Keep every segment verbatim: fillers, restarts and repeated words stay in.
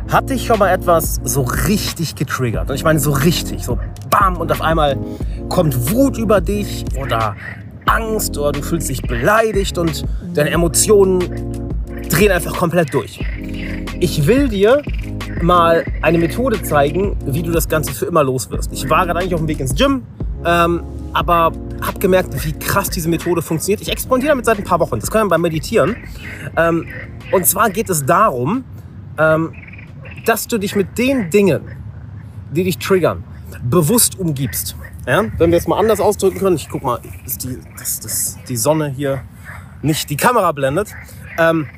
Hat dich schon mal etwas so richtig getriggert? Und ich meine so richtig, so bam, und auf einmal kommt Wut über dich oder Angst oder du fühlst dich beleidigt und deine Emotionen drehen einfach komplett durch. Ich will dir mal eine Methode zeigen, wie du das Ganze für immer los wirst. Ich war gerade eigentlich auf dem Weg ins Gym, ähm, aber habe gemerkt, wie krass diese Methode funktioniert. Ich experimentiere damit seit ein paar Wochen. Das kann man beim Meditieren. Ähm, und zwar geht es darum, ähm, dass du dich mit den Dingen, die dich triggern, bewusst umgibst. Ja? Wenn wir es mal anders ausdrücken können, ich guck mal, dass die, dass, dass die Sonne hier nicht die Kamera blendet. Ähm,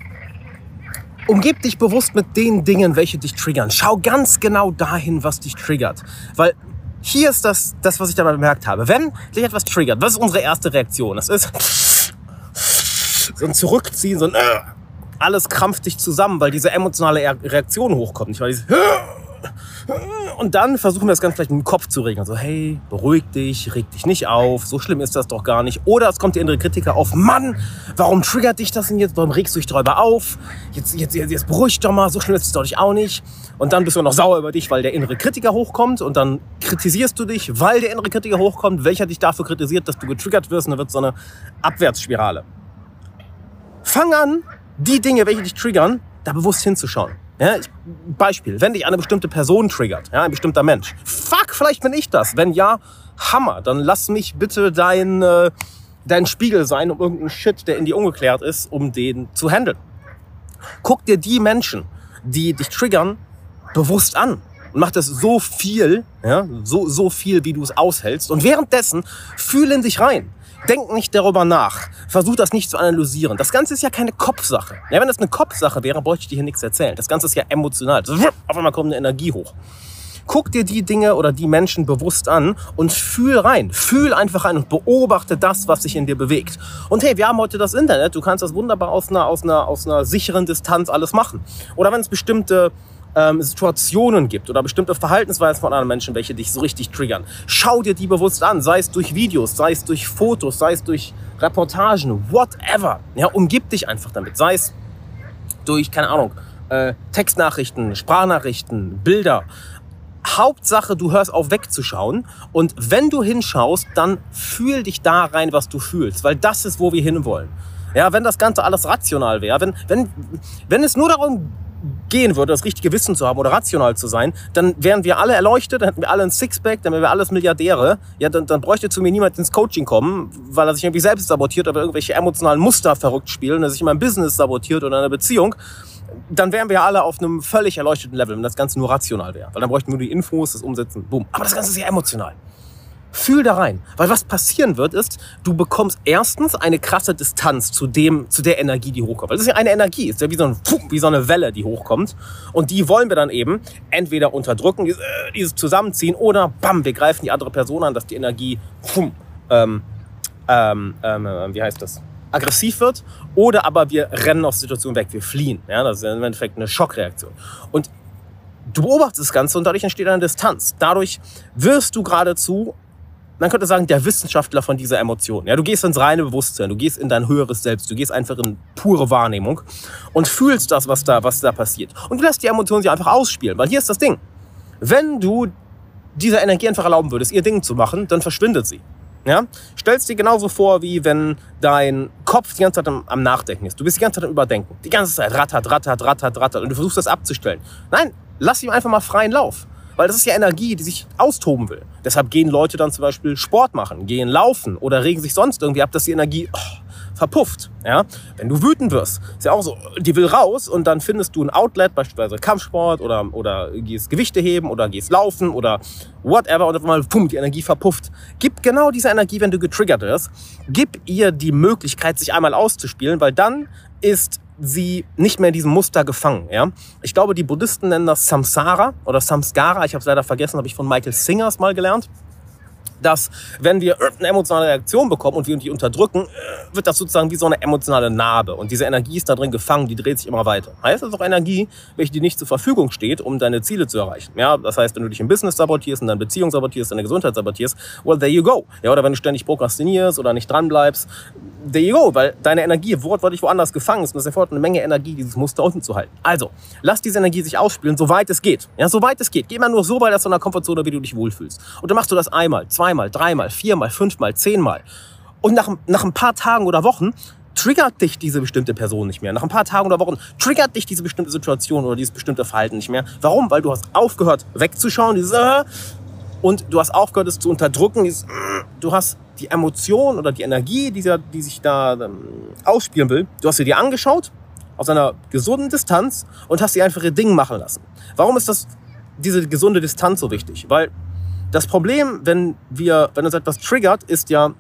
umgib dich bewusst mit den Dingen, welche dich triggern. Schau ganz genau dahin, was dich triggert. Weil hier ist das, das, was ich dabei bemerkt habe. Wenn dich etwas triggert, was ist unsere erste Reaktion? Das ist so ein Zurückziehen, so ein alles krampft dich zusammen, weil diese emotionale Reaktion hochkommt. Nicht? Weil dieses und dann versuchen wir das ganz vielleicht mit dem Kopf zu regeln. So, hey, beruhig dich, reg dich nicht auf, so schlimm ist das doch gar nicht. Oder es kommt der innere Kritiker auf, Mann, warum triggert dich das denn jetzt? Warum regst du dich darüber auf? Jetzt, jetzt, jetzt, jetzt beruhig dich doch mal, so schlimm ist es doch auch nicht. Und dann bist du noch sauer über dich, weil der innere Kritiker hochkommt. Und dann kritisierst du dich, weil der innere Kritiker hochkommt, welcher dich dafür kritisiert, dass du getriggert wirst. Und dann wird so eine Abwärtsspirale. Fang an, die Dinge, welche dich triggern, da bewusst hinzuschauen. Ja, ich, Beispiel, wenn dich eine bestimmte Person triggert, ja, ein bestimmter Mensch. Fuck, vielleicht bin ich das. Wenn ja, Hammer. Dann lass mich bitte dein, äh, dein Spiegel sein, um irgendeinen Shit, der in dir ungeklärt ist, um den zu handeln. Guck dir die Menschen, die dich triggern, bewusst an. Und mach das so viel, ja, so, so viel, wie du es aushältst. Und währenddessen fühl in dich rein. Denk nicht darüber nach. Versuch das nicht zu analysieren. Das Ganze ist ja keine Kopfsache. Ja, wenn das eine Kopfsache wäre, bräuchte ich dir hier nichts erzählen. Das Ganze ist ja emotional. Auf einmal kommt eine Energie hoch. Guck dir die Dinge oder die Menschen bewusst an und fühl rein. Fühl einfach rein und beobachte das, was sich in dir bewegt. Und hey, wir haben heute das Internet. Du kannst das wunderbar aus einer, aus einer, aus einer sicheren Distanz alles machen. Oder wenn es bestimmte Ähm, Situationen gibt oder bestimmte Verhaltensweisen von anderen Menschen, welche dich so richtig triggern. Schau dir die bewusst an, sei es durch Videos, sei es durch Fotos, sei es durch Reportagen, whatever. Ja, umgib dich einfach damit, sei es durch, keine Ahnung, äh, Textnachrichten, Sprachnachrichten, Bilder. Hauptsache, du hörst auf wegzuschauen und wenn du hinschaust, dann fühl dich da rein, was du fühlst, weil das ist, wo wir hinwollen. Ja, wenn das Ganze alles rational wäre, wenn, wenn, wenn es nur darum gehen würde, das richtige Wissen zu haben oder rational zu sein, dann wären wir alle erleuchtet, dann hätten wir alle ein Sixpack, dann wären wir alles Milliardäre. Ja, dann, dann bräuchte zu mir niemand ins Coaching kommen, weil er sich irgendwie selbst sabotiert oder irgendwelche emotionalen Muster verrückt spielen, oder sich in meinem Business sabotiert oder in einer Beziehung. Dann wären wir alle auf einem völlig erleuchteten Level, wenn das Ganze nur rational wäre. Weil dann bräuchten wir nur die Infos, das Umsetzen, boom. Aber das Ganze ist ja emotional. Fühl da rein. Weil was passieren wird, ist, du bekommst erstens eine krasse Distanz zu dem, zu der Energie, die hochkommt. Weil das ist ja eine Energie, ist ja wie so, ein, wie so eine Welle, die hochkommt. Und die wollen wir dann eben entweder unterdrücken, dieses, äh, dieses Zusammenziehen, oder bam, wir greifen die andere Person an, dass die Energie, pum, ähm, ähm, ähm, wie heißt das? aggressiv wird. Oder aber wir rennen aus der Situation weg, wir fliehen. Ja, das ist im Endeffekt eine Schockreaktion. Und du beobachtest das Ganze und dadurch entsteht eine Distanz. Dadurch wirst du geradezu, man könnte sagen, der Wissenschaftler von dieser Emotion. Ja, du gehst ins reine Bewusstsein, du gehst in dein höheres Selbst, du gehst einfach in pure Wahrnehmung und fühlst das, was da, was da passiert. Und du lässt die Emotionen sich einfach ausspielen, weil hier ist das Ding. Wenn du dieser Energie einfach erlauben würdest, ihr Ding zu machen, dann verschwindet sie. Ja? Stellst dir genauso vor, wie wenn dein Kopf die ganze Zeit am, am Nachdenken ist. Du bist die ganze Zeit am Überdenken. Die ganze Zeit rattert, rattert, rattert, rattert und du versuchst das abzustellen. Nein, lass ihm einfach mal freien Lauf. Weil das ist ja Energie, die sich austoben will. Deshalb gehen Leute dann zum Beispiel Sport machen, gehen laufen oder regen sich sonst irgendwie ab, dass die Energie oh, verpufft. Ja? Wenn du wütend wirst, ist ja auch so, die will raus und dann findest du ein Outlet, beispielsweise Kampfsport oder, oder gehst Gewichte heben oder gehst laufen oder whatever und auf einmal, pum, die Energie verpufft. Gib genau diese Energie, wenn du getriggert wirst, gib ihr die Möglichkeit, sich einmal auszuspielen, weil dann ist sie nicht mehr in diesem Muster gefangen. Ja? Ich glaube, die Buddhisten nennen das Samsara oder Samskara. Ich habe es leider vergessen, habe ich von Michael Singers mal gelernt. dass wenn wir eine emotionale Reaktion bekommen und wir die unterdrücken, wird das sozusagen wie so eine emotionale Narbe. Und diese Energie ist da drin gefangen, die dreht sich immer weiter. Heißt, das ist auch Energie, welche dir nicht zur Verfügung steht, um deine Ziele zu erreichen. Ja, das heißt, wenn du dich im Business sabotierst, in deiner Beziehung sabotierst, in deiner Gesundheit sabotierst, well, there you go. Ja, oder wenn du ständig prokrastinierst oder nicht dranbleibst, there you go. Weil deine Energie wortwörtlich woanders gefangen ist und es erfordert eine Menge Energie, dieses Muster unten zu halten. Also, lass diese Energie sich ausspielen, soweit es geht. Ja, soweit es geht. Geh mal nur so weit aus deiner Komfortzone, wie du dich wohlfühlst. Und dann machst du das einmal, zwei Zweimal, dreimal, viermal, fünfmal, zehnmal. Und nach, nach ein paar Tagen oder Wochen triggert dich diese bestimmte Person nicht mehr. Nach ein paar Tagen oder Wochen triggert dich diese bestimmte Situation oder dieses bestimmte Verhalten nicht mehr. Warum? Weil du hast aufgehört wegzuschauen, dieses äh, und du hast aufgehört es zu unterdrücken. Dieses, äh, du hast die Emotion oder die Energie, die, die sich da ähm, ausspielen will, du hast sie dir angeschaut aus einer gesunden Distanz und hast sie einfach ihr Ding machen lassen. Warum ist das, diese gesunde Distanz so wichtig? Weil das Problem, wenn wir, wenn uns etwas triggert, ist ja,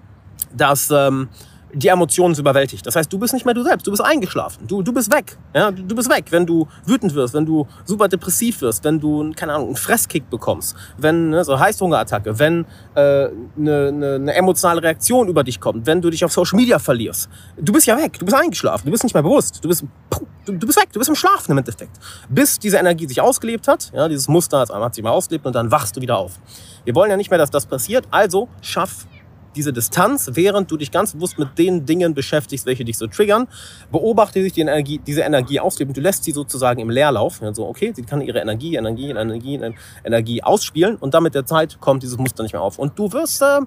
dass ähm, die Emotionen uns überwältigt. Das heißt, du bist nicht mehr du selbst, du bist eingeschlafen, du, du bist weg. Ja? Du, du bist weg, wenn du wütend wirst, wenn du super depressiv wirst, wenn du, keine Ahnung, einen Fresskick bekommst, wenn, ne, so Heißhungerattacke, wenn äh, eine, eine, eine emotionale Reaktion über dich kommt, wenn du dich auf Social Media verlierst. Du bist ja weg, du bist eingeschlafen, du bist nicht mehr bewusst, du bist, du, du bist weg, du bist im Schlafen im Endeffekt. Bis diese Energie sich ausgelebt hat, ja, dieses Muster hat sich mal ausgelebt und dann wachst du wieder auf. Wir wollen ja nicht mehr, dass das passiert, also schaff diese Distanz, während du dich ganz bewusst mit den Dingen beschäftigst, welche dich so triggern. Beobachte, wie sich die Energie, diese Energie auslebt und du lässt sie sozusagen im Leerlauf. Also okay, sie kann ihre Energie, Energie, Energie, Energie ausspielen und dann mit der Zeit kommt dieses Muster nicht mehr auf. Und du wirst äh,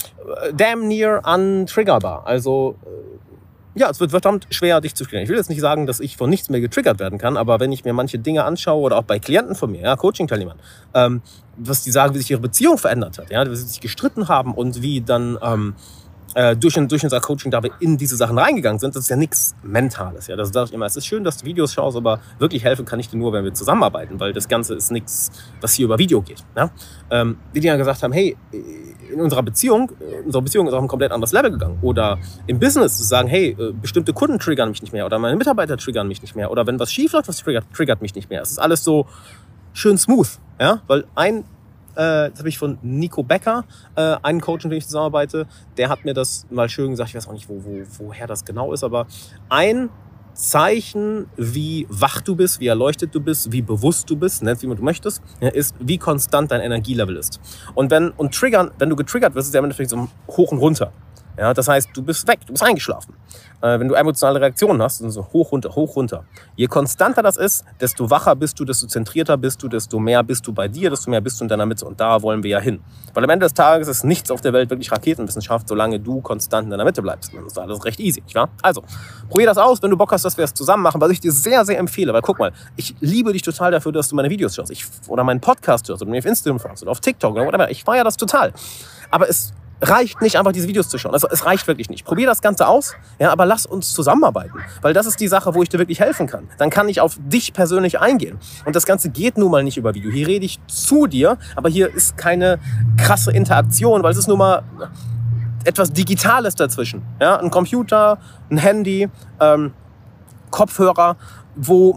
damn near untriggerbar. Also äh, ja, es wird verdammt schwer, dich zu triggern. Ich will jetzt nicht sagen, dass ich von nichts mehr getriggert werden kann, aber wenn ich mir manche Dinge anschaue oder auch bei Klienten von mir, ja, Coaching-Teilnehmern, ähm, was die sagen, wie sich ihre Beziehung verändert hat, ja, wie sie sich gestritten haben und wie dann ähm, äh, durch, durch unser Coaching da wir in diese Sachen reingegangen sind, das ist ja nichts Mentales. Ja, das sage ich immer. Es ist schön, dass du Videos schaust, aber wirklich helfen kann ich dir nur, wenn wir zusammenarbeiten, weil das Ganze ist nichts, was hier über Video geht. Ja? Ähm, die, die ja gesagt haben, hey, in unserer Beziehung, unsere Beziehung ist auf ein komplett anderes Level gegangen. Oder im Business zu sagen, hey, bestimmte Kunden triggern mich nicht mehr oder meine Mitarbeiter triggern mich nicht mehr oder wenn was schief läuft, was triggert, triggert mich nicht mehr. Es ist alles so schön smooth, ja, weil ein Äh, das habe ich von Nico Becker, äh, einen Coach, mit dem ich zusammenarbeite, der hat mir das mal schön gesagt, ich weiß auch nicht, wo, wo, woher das genau ist, aber ein Zeichen, wie wach du bist, wie erleuchtet du bist, wie bewusst du bist, nenn es wie du möchtest, ja, ist, wie konstant dein Energielevel ist. Und wenn, und triggern, wenn du getriggert wirst, ist es ja im Endeffekt so hoch und runter. Ja, das heißt, du bist weg, du bist eingeschlafen. Äh, wenn du emotionale Reaktionen hast, dann so hoch, runter, hoch, runter. Je konstanter das ist, desto wacher bist du, desto zentrierter bist du, desto mehr bist du bei dir, desto mehr bist du in deiner Mitte. Und da wollen wir ja hin. Weil am Ende des Tages ist nichts auf der Welt wirklich Raketenwissenschaft, solange du konstant in deiner Mitte bleibst. Dann ist alles recht easy, nicht wahr? Also, probier das aus, wenn du Bock hast, dass wir es zusammen machen, was ich dir sehr, sehr empfehle. Weil guck mal, ich liebe dich total dafür, dass du meine Videos schaust. Ich, oder meinen Podcast hörst oder mir auf Instagram folgst oder auf TikTok oder whatever. Ich feiere das total. Aber es reicht nicht, einfach diese Videos zu schauen. Also es reicht wirklich nicht. Probier das Ganze aus, ja, aber lass uns zusammenarbeiten. Weil das ist die Sache, wo ich dir wirklich helfen kann. Dann kann ich auf dich persönlich eingehen. Und das Ganze geht nun mal nicht über Video. Hier rede ich zu dir, aber hier ist keine krasse Interaktion, weil es ist nun mal etwas Digitales dazwischen. Ja, ein Computer, ein Handy, ähm, Kopfhörer, wo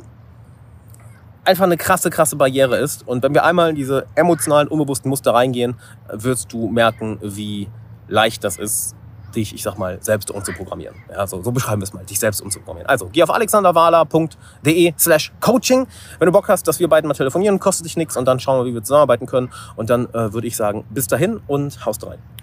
einfach eine krasse, krasse Barriere ist. Und wenn wir einmal in diese emotionalen, unbewussten Muster reingehen, wirst du merken, wie leicht das ist, dich, ich sag mal, selbst umzuprogrammieren. Ja, so, so beschreiben wir es mal, dich selbst umzuprogrammieren. Also, geh auf alexanderwahler.de slash coaching. Wenn du Bock hast, dass wir beiden mal telefonieren, kostet dich nichts und dann schauen wir, wie wir zusammenarbeiten können. Und dann äh, würde ich sagen, bis dahin und haust rein.